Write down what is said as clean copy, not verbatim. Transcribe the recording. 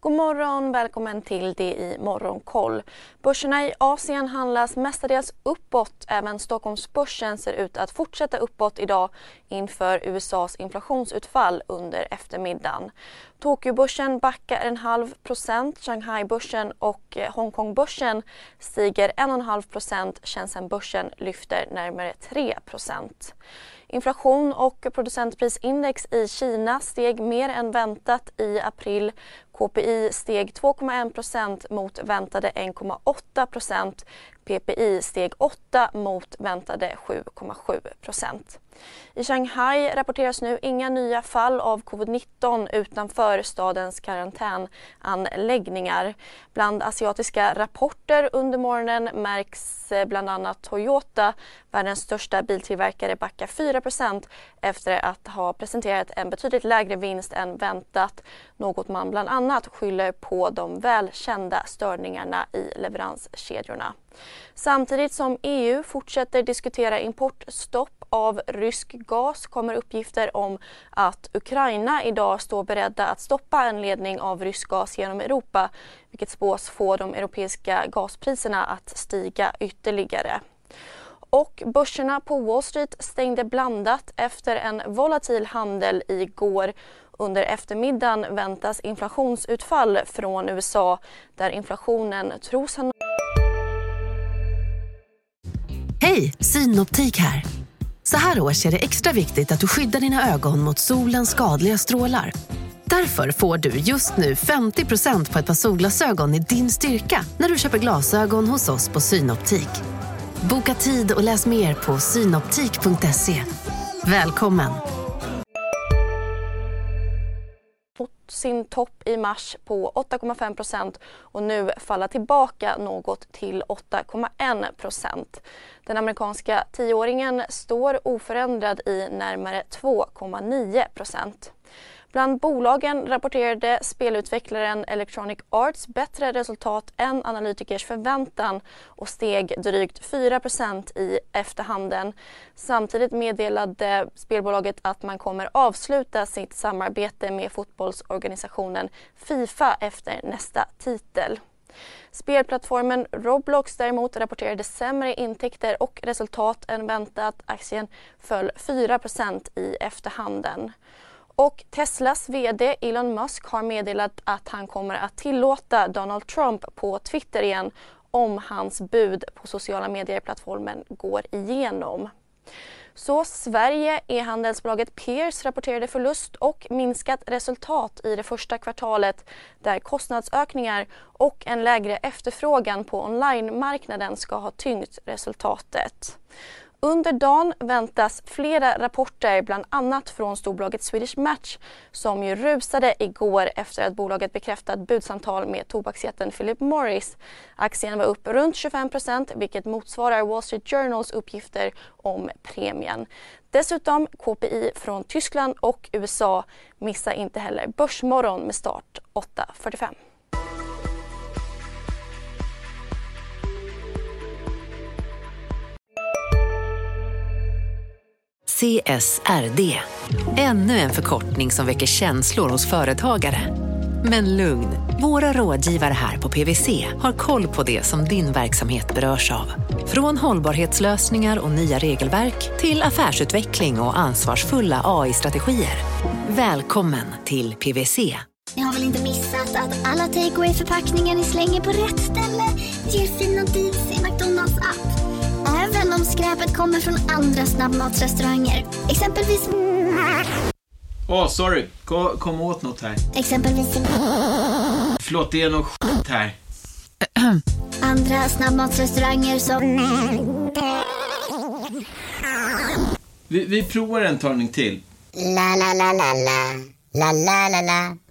God morgon, välkommen till det i Morgonkoll. Börserna i Asien handlas mestadels uppåt. Även Stockholmsbörsen ser ut att fortsätta uppåt idag inför USAs inflationsutfall under eftermiddagen. Tokyobörsen backar 0,5%, Shanghai-börsen och Hongkong-börsen stiger 1,5%, Shenzhen-börsen lyfter närmare 3%. Inflation och producentprisindex i Kina steg mer än väntat i april. KPI steg 2,1% mot väntade 1,8%. PPI steg 8 mot väntade 7,7%. I Shanghai rapporteras nu inga nya fall av covid-19 utanför stadens karantänanläggningar. Bland asiatiska rapporter under morgonen märks bland annat Toyota, världens största biltillverkare, backa 4% efter att ha presenterat en betydligt lägre vinst än väntat. Något man bland annat skyller på de välkända störningarna i leveranskedjorna. Samtidigt som EU fortsätter diskutera importstopp av rysk gas kommer uppgifter om att Ukraina idag står beredda att stoppa en ledning av rysk gas genom Europa, vilket spås få de europeiska gaspriserna att stiga ytterligare. Och börserna på Wall Street stängde blandat efter en volatil handel igår. Under eftermiddagen väntas inflationsutfall från USA där inflationen tros ha... Hej, Synoptik här. Så här års är det extra viktigt att du skyddar dina ögon mot solens skadliga strålar. Därför får du just nu 50% på ett par solglasögon i din styrka när du köper glasögon hos oss på Synoptik. Boka tid och läs mer på synoptik.se. Välkommen! Sin topp i mars på 8,5% och nu falla tillbaka något till 8,1%. Den amerikanska 10-åringen står oförändrad i närmare 2,9%. Bland bolagen rapporterade spelutvecklaren Electronic Arts bättre resultat än analytikers förväntan och steg drygt 4% i efterhanden. Samtidigt meddelade spelbolaget att man kommer avsluta sitt samarbete med fotbollsorganisationen FIFA efter nästa titel. Spelplattformen Roblox däremot rapporterade sämre intäkter och resultat än väntat. Aktien föll 4% i efterhanden. Och Teslas vd Elon Musk har meddelat att han kommer att tillåta Donald Trump på Twitter igen om hans bud på sociala medieplattformen går igenom. Så Sverige, e-handelsbolaget Pierce rapporterade förlust och minskat resultat i det första kvartalet där kostnadsökningar och en lägre efterfrågan på online-marknaden ska ha tyngt resultatet. Under dagen väntas flera rapporter, bland annat från storbolaget Swedish Match som ju rusade igår efter att bolaget bekräftat budsamtal med tobaksjätten Philip Morris. Aktien var upp runt 25%, vilket motsvarar Wall Street Journals uppgifter om premien. Dessutom KPI från Tyskland och USA. Missa inte heller Börsmorgon med start 8:45. CSRD. Ännu en förkortning som väcker känslor hos företagare. Men lugn, våra rådgivare här på PwC har koll på det som din verksamhet berörs av. Från hållbarhetslösningar och nya regelverk till affärsutveckling och ansvarsfulla AI-strategier. Välkommen till PwC. Ni har väl inte missat att alla takeaway-förpackningar ni slänger på rätt ställe ger fina deals i McDonalds app. Även om skräpet kommer från andra snabbmatsrestauranger. Exempelvis... sorry. Kom åt något här. Exempelvis... Förlåt, det är något skit här. Andra snabbmatsrestauranger som... Vi provar en talning till. La la la la la. La la la la.